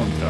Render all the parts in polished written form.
Kontra.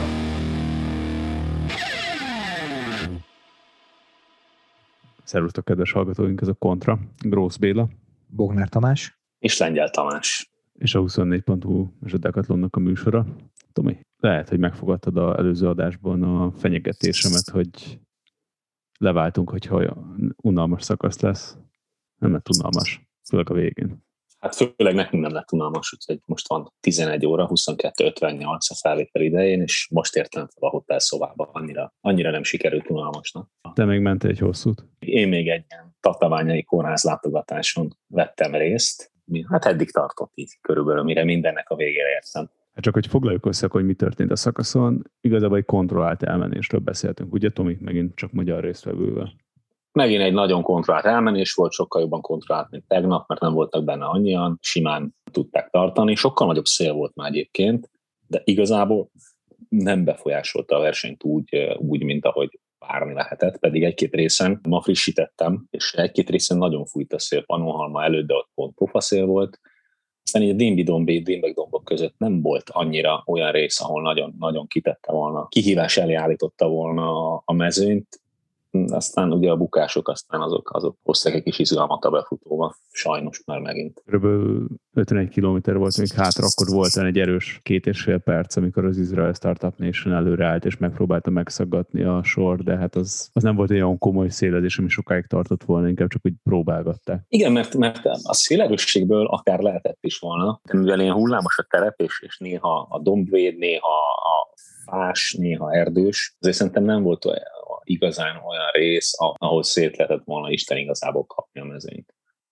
Szervusztok, kedves hallgatóink, ez a Kontra. Grósz Béla, Bognár Tamás és Lengyel Tamás. És a 24.hu és a Decathlonnak a műsora. Tomi, lehet, hogy megfogadtad az előző adásban a fenyegetésemet, hogy leváltunk, hogyha unalmas szakasz lesz. Nem lett unalmas, főleg a végén. Hát főleg nekünk nem lett unalmas, úgyhogy most van 11 óra, 22:58 a felvétel idején, és most értem fel a hotelszobába, annyira nem sikerült unalmasnak. Te még mentél egy hosszút? Én még egy ilyen tatabányai kórház látogatáson vettem részt. Hát eddig tartott így körülbelül, mire mindennek a végére értem. Hát csak hogy foglaljuk össze, hogy mi történt a szakaszon, igazából egy kontrollált elmenésről beszéltünk, ugye Tomi, megint csak magyar résztvevővel. Megint egy nagyon kontrollált elmenés volt, sokkal jobban kontrollált, mint tegnap, mert nem voltak benne annyian, simán tudták tartani. Sokkal nagyobb szél volt már egyébként, de igazából nem befolyásolta a versenyt úgy mint ahogy várni lehetett, pedig egy-két részen ma frissítettem, és egy-két részen nagyon fújt a szél, Pannonhalma előtt, de ott pont pofa szél volt. Aztán így a Dimbek-dombok között nem volt annyira olyan rész, ahol nagyon, nagyon kitette volna, kihívás elé állította volna a mezőnyt. Aztán ugye a bukások, aztán azok hozták egy kis izgalmat a befutóba, sajnos már megint. Körülbelül 51 kilométer volt még hátra, akkor volt egy erős 2,5 perc, amikor az Israel Startup Nation előreállt, és megpróbálta megszaggatni a sor, de hát az nem volt egy olyan komoly szélezés, ami sokáig tartott volna, inkább csak úgy próbálgatták. Igen, mert a szélerősségből akár lehetett is volna, de mivel ilyen hullámos a terep, és néha a dombvéd, néha a fás, néha erdős, azért szerintem nem volt igazán olyan rész, ahol szét lehetett volna Isten igazából kapni a mezőnyt.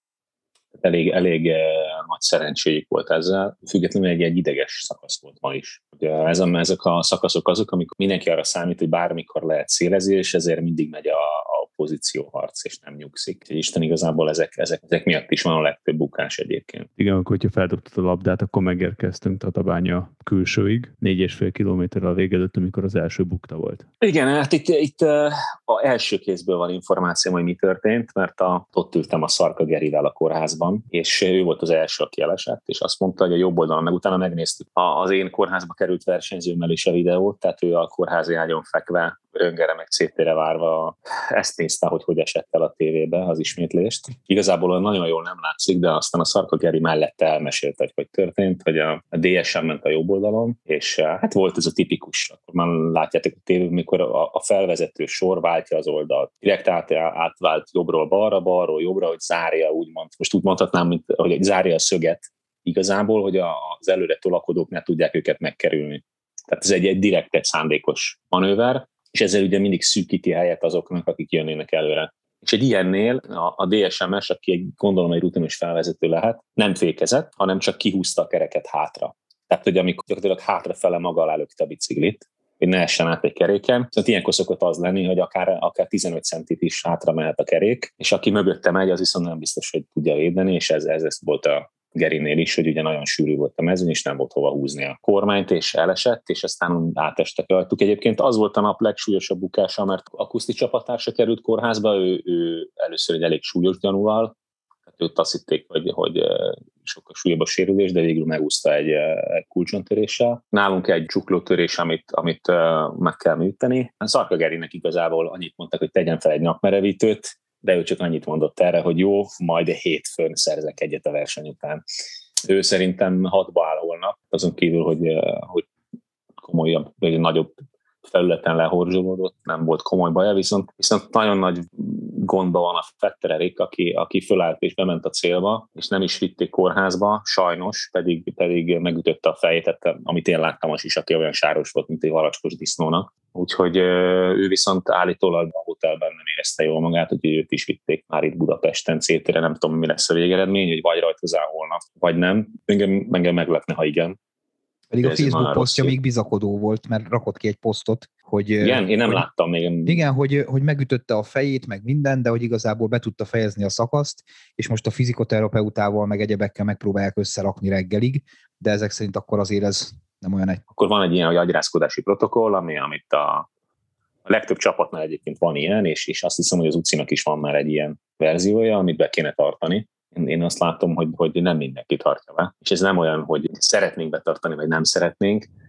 Elég nagy szerencséjük volt ezzel, függetlenül egy ideges szakasz volt ma is. Ezek a szakaszok azok, amikor mindenki arra számít, hogy bármikor lehet szélezni, és ezért mindig megy a pozícióharc, és nem nyugszik. Isten igazából ezek miatt is van a legtöbb bukás egyébként. Igen, akkor, hogyha feldobtad a labdát, akkor megérkeztünk Tatabánya külsőig, 4,5 kilométerrel a vége előtt, amikor az első bukta volt. Igen, hát itt a első kézből van információm, hogy mi történt, mert ott ültem a Szarka Gerivel a kórházban, és ő volt az első, aki elesett, és azt mondta, hogy a jobb oldalon, meg utána megnéztük az én kórházba került versenyzőmmel is a videót, tehát ő a kórházi ágyon fekve, röntgenre meg CT-re várva ezt nézte, hogy esett el a tévébe az ismétlést. Igazából nagyon jól nem látszik, de aztán a Szarka Geri mellette elmesélte, hogy történt, hogy a DSM ment a jobb oldalon, és hát volt ez a tipikus, akkor már látjátok a tévében, mikor a felvezető sor váltja az oldalt. Direkt átvált jobbról balra, balról jobbra, hogy zárja, úgymond. Most úgy mondhatnám, hogy zárja a szöget igazából, hogy az előre tolakodók ne tudják őket megkerülni. Tehát ez egy direkt, egy szándékos manőver, és ezzel ugye mindig szűkíti helyet azoknak, akik jönnének előre. És egy ilyennél a DSM-es, aki gondolom egy rutinos felvezető lehet, nem fékezett, hanem csak kihúzta a kereket hátra. Tehát, hogy amikor gyakorlatilag hátrafele maga alá lökte a biciklit, hogy ne essen át egy keréken. Tehát ilyenkor szokott az lenni, hogy akár 15 centit is hátra mehet a kerék, és aki mögötte megy, az viszont nem biztos, hogy tudja védeni, és ez volt a Gerinél is, hogy ugye nagyon sűrű volt a mezőny, és nem volt hova húzni a kormányt, és elesett, és aztán átestek rajtuk. Egyébként az volt a nap legsúlyosabb bukása, mert a Kuszti csapattársa került kórházba, ő először egy elég súlyos gyanúval, tehát őt azt hitték, hogy sokkal súlyabb a sérülés, de végül megúszta egy kulcsontöréssel. Nálunk egy csuklótörés, amit meg kell műteni. A Szarka Gerinek igazából annyit mondtak, hogy tegyen fel egy napmerevítőt, de ő csak annyit mondott erre, hogy jó, majd hétfőn szerzek egyet a verseny után. Ő szerintem 6-ba áll holnap, azon kívül, hogy komolyabb, vagy nagyobb felületen lehorzsolódott, nem volt komoly baja, viszont nagyon nagy gondban van a Fettererik, aki fölállt és bement a célba, és nem is vitték kórházba, sajnos, pedig megütötte a fejét, amit én láttam az is, aki olyan sáros volt, mint egy valacskos disznónak. Úgyhogy ő viszont állítólag a hotelben nem érezte jól magát, hogy őt is vitték már itt Budapesten CT-re, nem tudom, mi lesz a végeredmény, hogy vagy rajtozál holnap, vagy nem. Engem meglepne, ha igen. Pedig a Facebook posztja még bizakodó volt, mert rakott ki egy posztot, hogy... Igen, én nem láttam még. Igen, hogy megütötte a fejét, meg minden, de hogy igazából be tudta fejezni a szakaszt, és most a fizikoterapeutával, meg egyebekkel megpróbálják összerakni reggelig, de ezek szerint akkor azért ez nem olyan egy... Akkor van egy ilyen, hogy agyrázkodási protokoll, amit a legtöbb csapatnál egyébként van ilyen, és azt hiszem, hogy az UCI-nak is van már egy ilyen verziója, amit be kéne tartani. Én azt látom, hogy nem mindenki tartja be. És ez nem olyan, hogy szeretnénk betartani, vagy nem szeretnénk.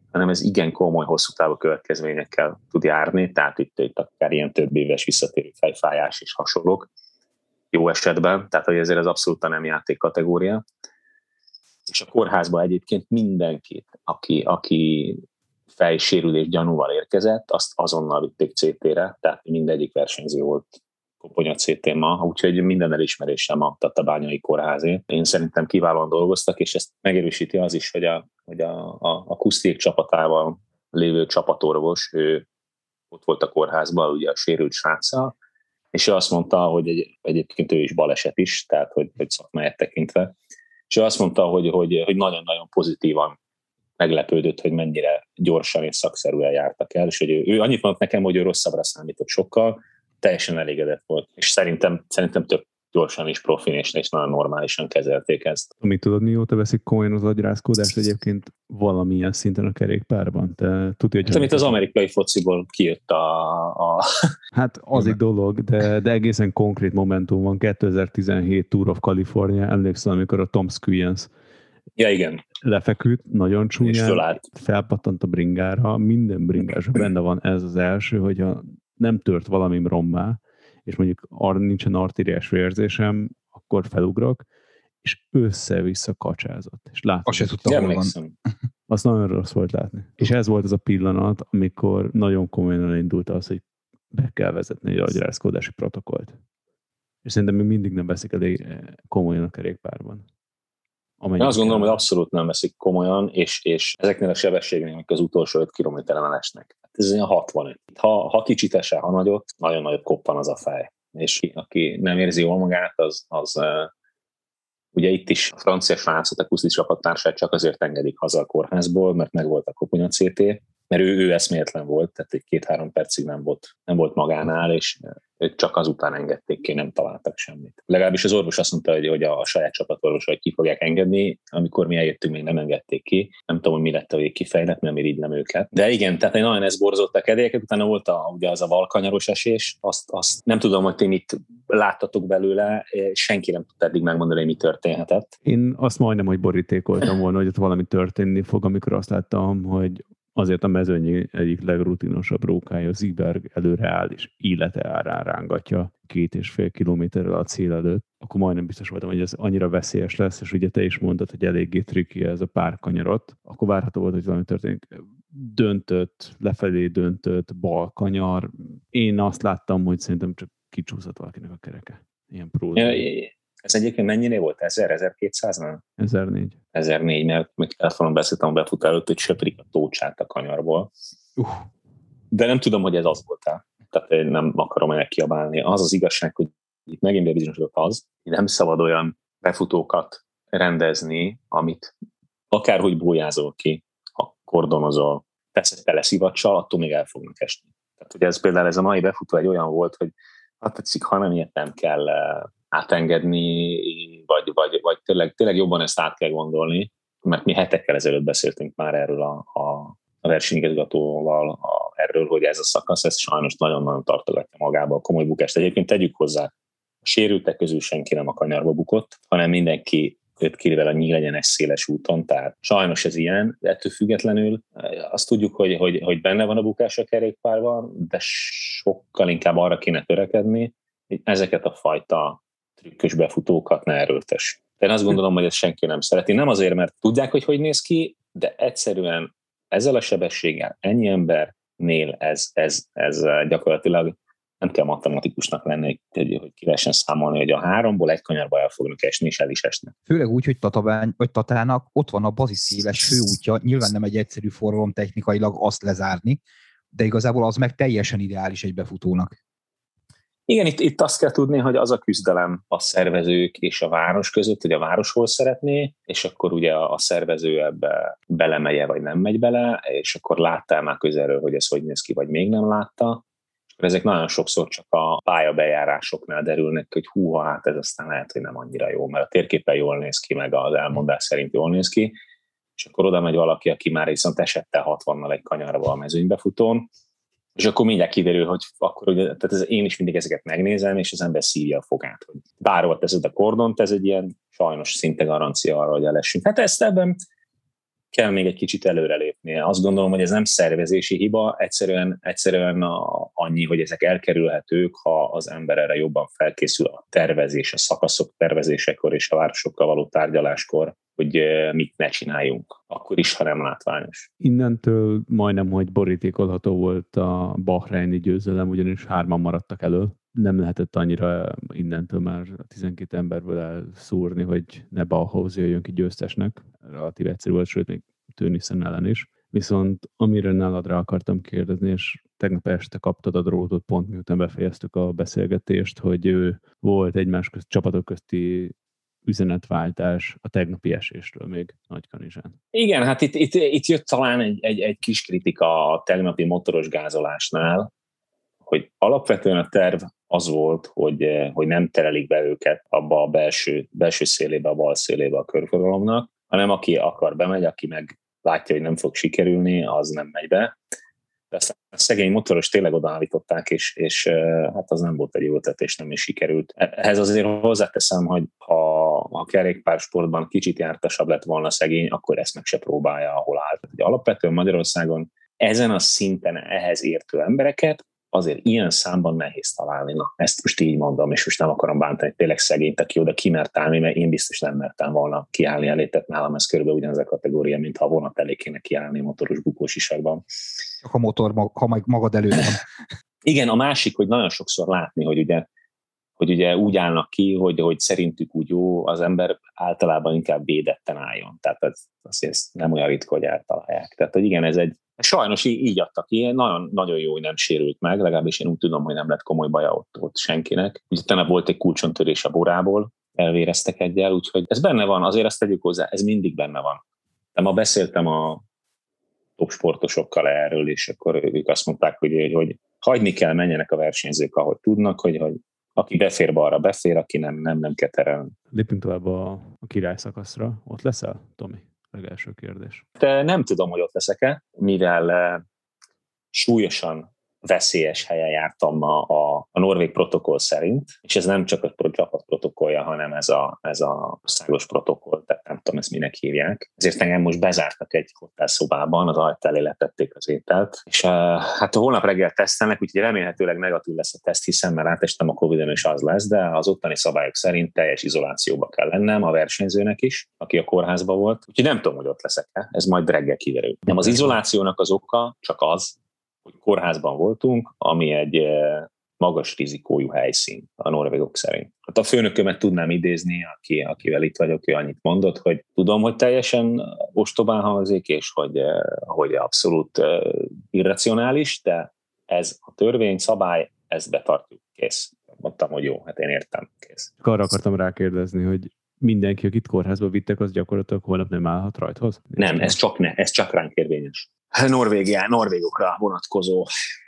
hanem ez igen komoly, hosszú távú következményekkel tud járni, tehát itt akár ilyen több éves visszatérő fejfájás és hasonlók jó esetben, tehát hogy ezért ez abszolút nem játék kategória. És a kórházba egyébként mindenkit, aki fejsérülés gyanúval érkezett, azt azonnal vitték CT-re, tehát mindegyik versenyző volt koponya CT-ma, úgyhogy minden elismerésem a Tatabányai kórházé. Én szerintem kiválóan dolgoztak, és ezt megerősíti az is, hogy a Kusztiék csapatával lévő csapatorvos, ő ott volt a kórházban, ugye a sérült sráccal, és ő azt mondta, hogy egyébként ő is baleset is, tehát hogy szakmáját tekintve, és ő azt mondta, hogy nagyon-nagyon pozitívan meglepődött, hogy mennyire gyorsan és szakszerűen jártak el, és hogy ő annyit mondott nekem, hogy ő rosszabbra számított sokkal, teljesen elégedett volt, és szerintem tök gyorsan és profin és nagyon normálisan kezelték ezt. Amit tudod, mióta veszik komolyan az agyrázkódást egyébként valamilyen szinten a kerékpárban? Te tudja, hogy amit az amerikai fociból kijött a... Hát az egy dolog, de egészen konkrét momentum van. 2017 Tour of California, emlékszel, amikor a Tom Squilliams igen. lefeküdt, nagyon csúnyán, és felpattant a bringára, minden bringásra benne van ez az első, hogyha nem tört valamim rommá, és mondjuk nincsen artériás vérzésem, akkor felugrok, és össze-vissza kacsázott. És látod, azt se tudta, hol van. Azt nagyon rossz volt látni. És ez volt az a pillanat, amikor nagyon komolyan elindult az, hogy be kell vezetni egy agyrázkódási protokollt. És szerintem még mindig nem veszik elég komolyan a kerékpárban. Én azt gondolom, hogy abszolút nem veszik komolyan, és ezeknél a sebességnél, amik az utolsó 5 kilométeren elesnek. Ez olyan 65. Ha kicsit esel, ha nagyot, nagyon nagyot koppan az a fej. És aki nem érzi jól magát, az ugye itt is a francia srácot, a Kuszti csapattársát csak azért engedik haza a kórházból, mert meg volt a koponya CT, mert ő eszméletlen volt, tehát egy 2-3 percig nem volt magánál, és ők csak azután engedték ki, nem találtak semmit. Legalábbis az orvos azt mondta, hogy a saját csapatorvosai ki fogják engedni, amikor mi eljöttünk, még nem engedték ki. Nem tudom, hogy mi lett a végkifejlet, mert irigylem őket. De igen, tehát nagyon ez borzott a kedélyeket, utána volt ugye az a valkanyaros esés, azt nem tudom, hogy ti mit láttatok belőle, senki nem tudta eddig megmondani, hogy mi történhetett. Én azt majdnem, hogy borítékoltam volna, hogy ott valami történni fog, amikor azt láttam, hogy azért a mezőny egyik legrutinosabb rókája, az Zieberg előre áll, és élete árán rángatja 2,5 kilométerrel a cél előtt, akkor majdnem biztos voltam, hogy ez annyira veszélyes lesz, és ugye te is mondtad, hogy eléggé tricky ez a pár kanyarot, akkor várható volt, hogy valami történik. Lefelé döntött, bal kanyar. Én azt láttam, hogy szerintem csak kicsúszott valakinek a kereke. Ilyen próza. Ez egyébként mennyinél volt? 1200-nál? 1004. 1004, mert még telefonon beszéltem a befutó előtt, hogy söprik a tócsát a kanyarból. De nem tudom, hogy ez az volt-e. Tehát én nem akarom ennek kiabálni. Az az igazság, hogy itt megint bebizonyosodott az, hogy nem szabad olyan befutókat rendezni, amit akárhogy bójázol ki, ha kordonozol, teszed tele szivacsal, attól még el fognak esni. Tehát ugye ez a mai befutó egy olyan volt, hogy hát tetszik, ha nem ilyet nem kell átengedni, vagy tényleg jobban ezt át kell gondolni, mert mi hetekkel ezelőtt beszéltünk már erről a versenyigazgatóval, erről, hogy ez a szakasz, ez sajnos nagyon-nagyon tartogatja magába a komoly bukást. Egyébként tegyük hozzá, a sérültek közül senki nem a kanyarba bukott, hanem mindenki 5 kilovel a nyílegyenes széles úton, tehát sajnos ez ilyen, de ettől függetlenül azt tudjuk, hogy benne van a bukás a kerékpárban, de sokkal inkább arra kéne törekedni, hogy ezeket a fajta trükkös befutókat ne erőltess. Én azt gondolom, hogy ezt senki nem szereti. Nem azért, mert tudják, hogy néz ki, de egyszerűen ezzel a sebességgel ennyi embernél ez gyakorlatilag nem kell matematikusnak lenni, hogy ki lehessen számolni, hogy a 3-ból egy kanyarba el fognak esni, és el is esnek. Főleg úgy, hogy Tatának ott van a baziszéles főútja, nyilván nem egy egyszerű forgalom technikailag azt lezárni, de igazából az meg teljesen ideális egy befutónak. Igen, itt azt kell tudni, hogy az a küzdelem a szervezők és a város között, hogy a város hol szeretné, és akkor ugye a szervező ebbe belemegy vagy nem megy bele, és akkor láttál már közelről, hogy ez hogy néz ki, vagy még nem látta. Ezek nagyon sokszor csak a pályabejárásoknál derülnek, hogy húha, hát ez aztán lehet, hogy nem annyira jó, mert a térképen jól néz ki, meg az elmondás szerint jól néz ki, és akkor oda megy valaki, aki már viszont esette 60-nal egy kanyarba a mezőnybefutón, és akkor mindjárt kiderül, hogy akkor ugye, tehát én is mindig ezeket megnézem, és az ember szívja a fogát, hogy bárhol teszed a kordont, ez egy ilyen sajnos szinte garancia arra, hogy elessünk. Hát ezt ebben kell még egy kicsit előrelépnie. Azt gondolom, hogy ez nem szervezési hiba, egyszerűen annyi, hogy ezek elkerülhetők, ha az ember erre jobban felkészül a tervezés, a szakaszok tervezésekor és a városokkal való tárgyaláskor, hogy mit ne csináljunk, akkor is, ha nem látványos. Innentől majdnem, hogy borítékolható volt a bahreini győzelem, ugyanis 3-an maradtak elő. Nem lehetett annyira innentől már 12 emberből elszúrni, hogy ne Bauhaus jöjjön ki győztesnek. Relatív egyszerű volt, sőt, még Tönnissen ellen is. Viszont amiről nálad rá akartam kérdezni, és tegnap este kaptad a drótot pont miután befejeztük a beszélgetést, hogy volt egymás csapatok közti üzenetváltás a tegnapi esésről még Nagykanizsán. Igen, hát itt jött talán egy kis kritika a tegnapi motoros gázolásnál, hogy alapvetően a terv az volt, hogy nem terelik be őket abba a belső szélébe, a bal szélébe a körforgalomnak, hanem aki akar bemegy, aki meg látja, hogy nem fog sikerülni, az nem megy be. De aztán a szegény motoros tényleg odaállították, és hát az nem volt egy jó ötlet, és nem is sikerült. Ehhez azért hozzáteszem, hogy ha kerékpársportban kicsit jártasabb lett volna szegény, akkor ezt meg se próbálja, ahol állt. Alapvetően Magyarországon ezen a szinten ehhez értő embereket azért ilyen számban nehéz találni. Na, ezt most így mondom, és most nem akarom bántani, tényleg szegényt, aki oda kimert állni, mert én biztos nem mertem volna kiállni elé, tehát nálam ez körülbelül ugyanaz a kategória, mint ha a vonat elé kéne kiállni motoros bukós isakban. Csak a motor, ha magad előtt van. Igen, a másik, hogy nagyon sokszor látni, hogy ugye úgy állnak ki, hogy szerintük úgy jó, az ember általában inkább védetten álljon. Tehát azért nem olyan ritka, hogy eltalálják. Tehát, hogy igen, sajnos így adtak ki, nagyon, nagyon jó, hogy nem sérült meg, legalábbis én úgy tudom, hogy nem lett komoly baja ott senkinek. Utána volt egy kulcsontörés a borából, elvéreztek egyel, úgyhogy ez benne van, azért ezt tegyük hozzá, ez mindig benne van. De ma beszéltem a top sportosokkal erről, és akkor ők azt mondták, hogy hagyni kell, menjenek a versenyzők, ahogy tudnak, hogy aki befér balra, befér, aki nem kell terelni. Lépünk tovább a király szakaszra. Ott leszel, Tomi? Legelső kérdés. De nem tudom, hogy ott leszek-e, mivel súlyosan veszélyes helyen jártam a norvég protokoll szerint, és ez nem csak a csapat protokollja, hanem ez a országos protokoll, tehát nem tudom, ezt minek hívják. Ezért engem most bezártak egy hotelszobában, az ajtó elé letették az ételt, és hát a holnap reggel tesztelnek, úgyhogy remélhetőleg negatív lesz a teszt, hiszen már átestem a Covid-on, és az lesz, de az ottani szabályok szerint teljes izolációba kell lennem, a versenyzőnek is, aki a kórházban volt. Úgyhogy nem tudom, hogy ott leszek-e, ez majd reggel kiderül. Nem, az izolációnak az oka csak az, hogy kórházban voltunk, ami egy magas rizikójú helyszín a norvégok szerint. Hát a főnökömet tudnám idézni, akivel itt vagyok, ő annyit mondott, hogy tudom, hogy teljesen ostobán hangzik, és hogy abszolút irracionális, de ez a törvény, szabály, ezt betartjuk, kész. Mondtam, hogy jó, hát én értem, kész. Arra akartam rákérdezni, hogy mindenki, akit kórházba vittek, az gyakorlatilag holnap nem állhat rajthoz? Nem, ez csak ránk érvényes. Norvégokra vonatkozó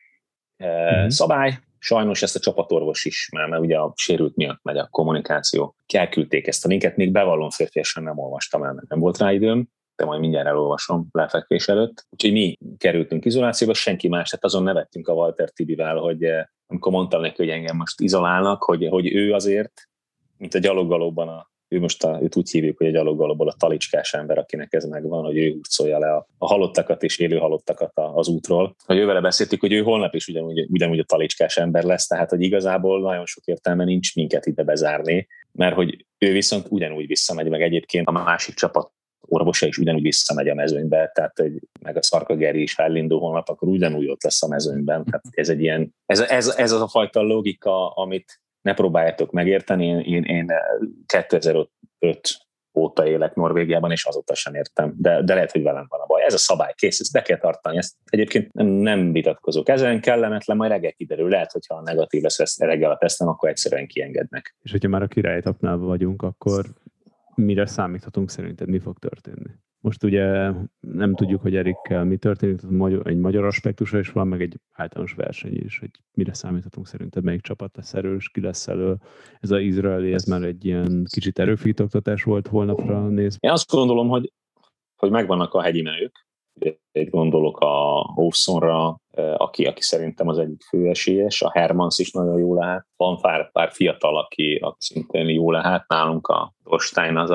szabály. Sajnos ezt a csapatorvos is, mert ugye a sérült miatt megy a kommunikáció. Elküldték ezt a linket, még bevallom férfiasan nem olvastam el, mert nem volt rá időm, de majd mindjárt elolvasom lefekvés előtt. Úgyhogy mi kerültünk izolációba, senki más, tehát azon nevettünk a Walter Tibivel, hogy amikor mondtam neki, hogy engem most izolálnak, hogy ő azért, mint a gyaloggalóban őt úgy hívjuk, hogy a gyaloggalóból a talicskás ember, akinek ez megvan, hogy ő hurcolja le a halottakat és élő halottakat az útról. Hogy ővele beszéltük, hogy ő holnap is ugyanúgy a talicskás ember lesz, tehát hogy igazából nagyon sok értelme nincs minket ide bezárni, mert hogy ő viszont ugyanúgy visszamegy, meg egyébként a másik csapat orvosa is ugyanúgy visszamegy a mezőnybe, tehát hogy meg a Szarka Geri is elindul holnap, akkor ugyanúgy ott lesz a mezőnyben. Tehát ez egy ilyen, ez az a fajta logika, amit ne próbáljátok megérteni, én 2005 óta élek Norvégiában, és azóta sem értem, de lehet, hogy velem van a baj. Ez a szabály, kész, ezt be kell tartani. Ezt egyébként nem vitatkozok. Ezen kellemetlen, majd reggel kiderül. Lehet, hogyha a negatív lesz reggel a tesztem, akkor egyszerűen kiengednek. És hogyha már a királyetapnál vagyunk, akkor mire számíthatunk szerinted, mi fog történni? Most ugye nem tudjuk, hogy Erikkel mi történik, egy magyar aspektusa is van, meg egy általános verseny is, hogy mire számíthatunk szerinted, melyik csapat lesz erős, ki lesz elő. Ez az izraeli, ez már egy ilyen kicsit erőfitoktatás volt holnapra nézve. Én azt gondolom, hogy megvannak a hegyi menők. Itt gondolok a Hofssonra, aki szerintem az egyik főesélyes, a Hermans is nagyon jó lehet. Van pár fiatal, aki szintén jó lehet. Nálunk a Torstein az,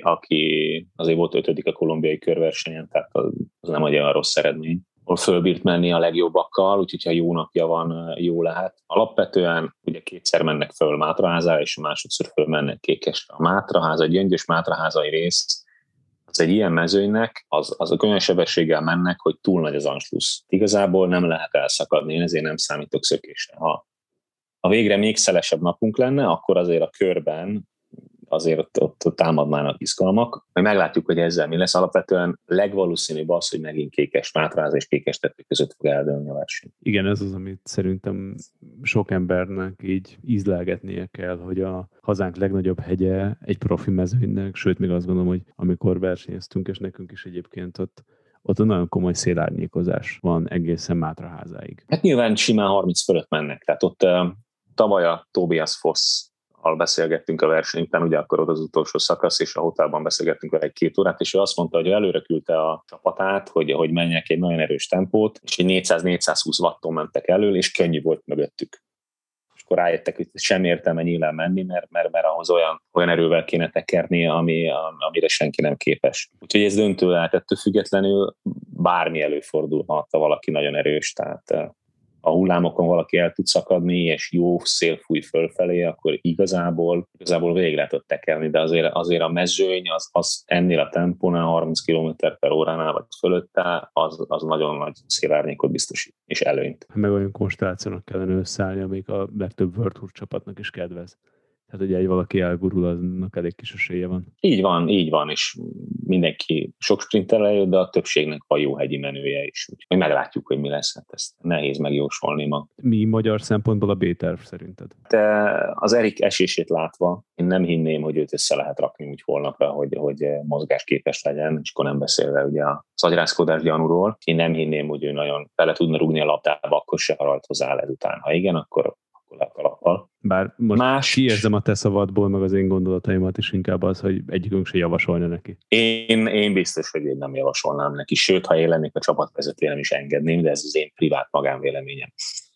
aki azért volt 5. a kolumbiai körversenyen, tehát az nem olyan rossz eredmény. Ahol fölbírt menni a legjobbakkal, úgyhogy ha jó napja van, jó lehet. Alapvetően ugye 2-szer mennek föl Mátraházára, és másodszor fölmennek Kékesre. A Mátraháza, Gyöngyös Mátraházai rész, az egy ilyen mezőnynek, azok olyan sebességgel mennek, hogy túl nagy az Anschluss. Igazából nem lehet elszakadni, én ezért nem számítok szökésre. Ha végre még szelesebb napunk lenne, akkor azért a körben azért ott támadnának izgalmak. Majd meglátjuk, hogy ezzel mi lesz. Alapvetően legvalószínűbb az, hogy megint Kékes-Mátráza és Kékestető között fog eldőlni a verseny. Igen, ez az, amit szerintem sok embernek így ízlelgetnie kell, hogy a hazánk legnagyobb hegye egy profi mezőnynek, sőt, még azt gondolom, hogy amikor versenyeztünk, és nekünk is egyébként ott nagyon komoly szélárnyékozás van egészen Mátraházáig. Hát nyilván simán 30 fölött mennek. Tehát ott tavaly a Tobias Foss beszélgettünk a verseny után, ugye akkor ott az utolsó szakasz, és a hotelban beszélgettünk vele 2 órát, és ő azt mondta, hogy előre küldte a csapatát, hogy menjek egy nagyon erős tempót, és egy 400-420 watton mentek elől, és könnyű volt mögöttük. És akkor rájöttek, hogy sem értelme nyílán menni, mert ahhoz olyan erővel kéne tekerni, amire senki nem képes. Úgyhogy ez döntő lehet, ettől függetlenül bármi előfordulhat, ha valaki nagyon erős, tehát a hullámokon valaki el tud szakadni, és jó szél fúj fölfelé, akkor igazából végig lehet ott tekerni, de azért a mezőny az ennél a tempónál, 30 km/h vagy fölötte, az nagyon nagy szélárnyékot biztosít, és előnyt. Meg olyan konstellációnak kellene összeállni, amik a legtöbb World Tour csapatnak is kedvez. Tehát, hogy egy valaki elgurul, annak elég kis esélye van. Így van, és mindenki sok sprinterrel jött, de a többségnek van jó hegyi menője is. Úgyhogy meglátjuk, hogy mi lesz, hát ezt nehéz megjósolni ma. Mi magyar szempontból a B-terv szerinted? De az Erik esését látva, én nem hinném, hogy őt össze lehet rakni úgy holnapra, hogy mozgásképes legyen, és akkor nem beszélve ugye az agyrázkodás gyanúról. Én nem hinném, hogy ő nagyon bele tudna rúgni a labdába, akkor se haralt hozzá ezután. Ha igen, akkor le a kalappal. Bár most kiérzem a te szavadból, meg az én gondolataimat is inkább az, hogy egyikünk se javasolna neki. Én biztos, hogy én nem javasolnám neki, sőt, ha én lennék a csapatvezető, nem is engedném, de ez az én privát magánvéleményem.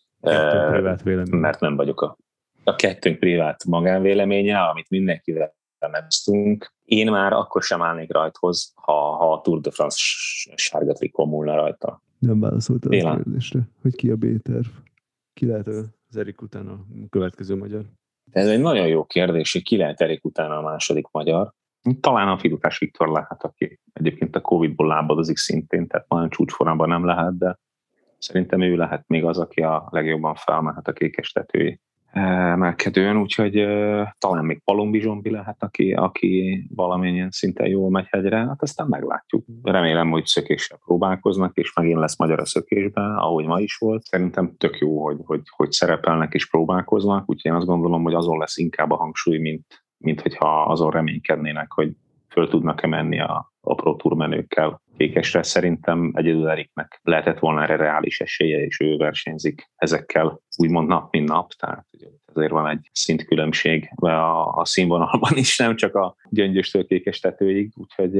Privát vélemény. Mert nem vagyok a kettőnk privát magánvéleménye, amit mindenkivel megosztunk. Én már akkor sem állnék rajthoz, ha a Tour de France sárga trikó múlna rajta. Nem válaszoltál a kérdésre, hogy ki a B-terv? Ki lehet az Erik után a következő magyar? Ez egy nagyon jó kérdés, hogy ki lehet Erik után a második magyar. Talán a Fidukás Viktor lehet, aki egyébként a Covid-ból lábadozik szintén, tehát nagyon csúcsformában nem lehet, de szerintem ő lehet még az, aki a legjobban felmehet a kékestetői emelkedőn, úgyhogy talán még Palombi Zsombi lehet, aki valamennyien szinte jól megy hegyre, hát aztán meglátjuk. Remélem, hogy szökéssel próbálkoznak, és megint lesz magyar a szökésben, ahogy ma is volt. Szerintem tök jó, hogy szerepelnek és próbálkoznak, úgyhogy én azt gondolom, hogy azon lesz inkább a hangsúly, mint hogyha azon reménykednének, hogy föl tudnak-e menni a Pro Tour menőkkel Kékesre. Szerintem egyedül Eriknek lehetett volna erre reális esélye, és ő versenyzik ezekkel úgymond nap, mint nap, tehát ezért van egy szintkülönbség a színvonalban is, nem csak a Gyöngyöstől Kékestetőig, úgyhogy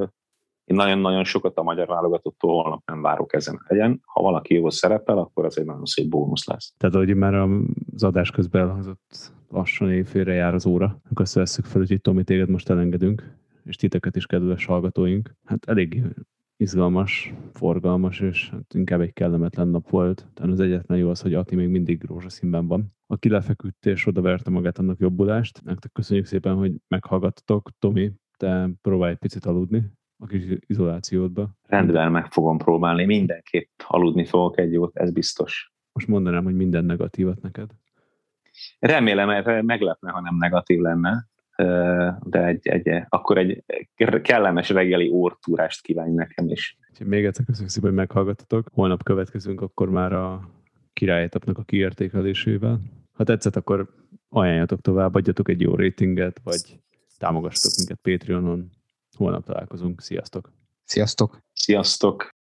én nagyon-nagyon sokat a magyar válogatottól holnap nem várok ezen a hegyen. Ha valaki jól szerepel, akkor az egy nagyon szép bónusz lesz. Tehát, ahogy már az adás közben elhangzott, lassan éjfélre jár az óra, akkor azt vesszük fel, hogy itt Tomi, téged most elengedünk, és titeket is, kedves hallgatóink. Hát elég izgalmas, forgalmas, és hát inkább egy kellemetlen nap volt. Tehát az egyetlen jó az, hogy Ati még mindig rózsaszínben van. Aki lefeküdt és odaverte magát, annak jobbulást. Nektek köszönjük szépen, hogy meghallgattatok. Tomi, te próbálj egy picit aludni a kis izolációdba. Rendben, meg fogom próbálni. Mindenképp aludni fogok egy jót, ez biztos. Most mondanám, hogy minden negatívat neked. Remélem, mert meglepne, ha nem negatív lenne, de akkor egy kellemes reggeli órtúrást kívánj nekem is. Még egyszer köszönjük szépen, hogy meghallgattatok. Holnap következünk akkor már a királyetapnak a kiértékelésével. Ha tetszett, akkor ajánljatok tovább, adjatok egy jó ratinget, vagy támogassatok minket Patreonon. Holnap találkozunk. Sziasztok! Sziasztok! Sziasztok!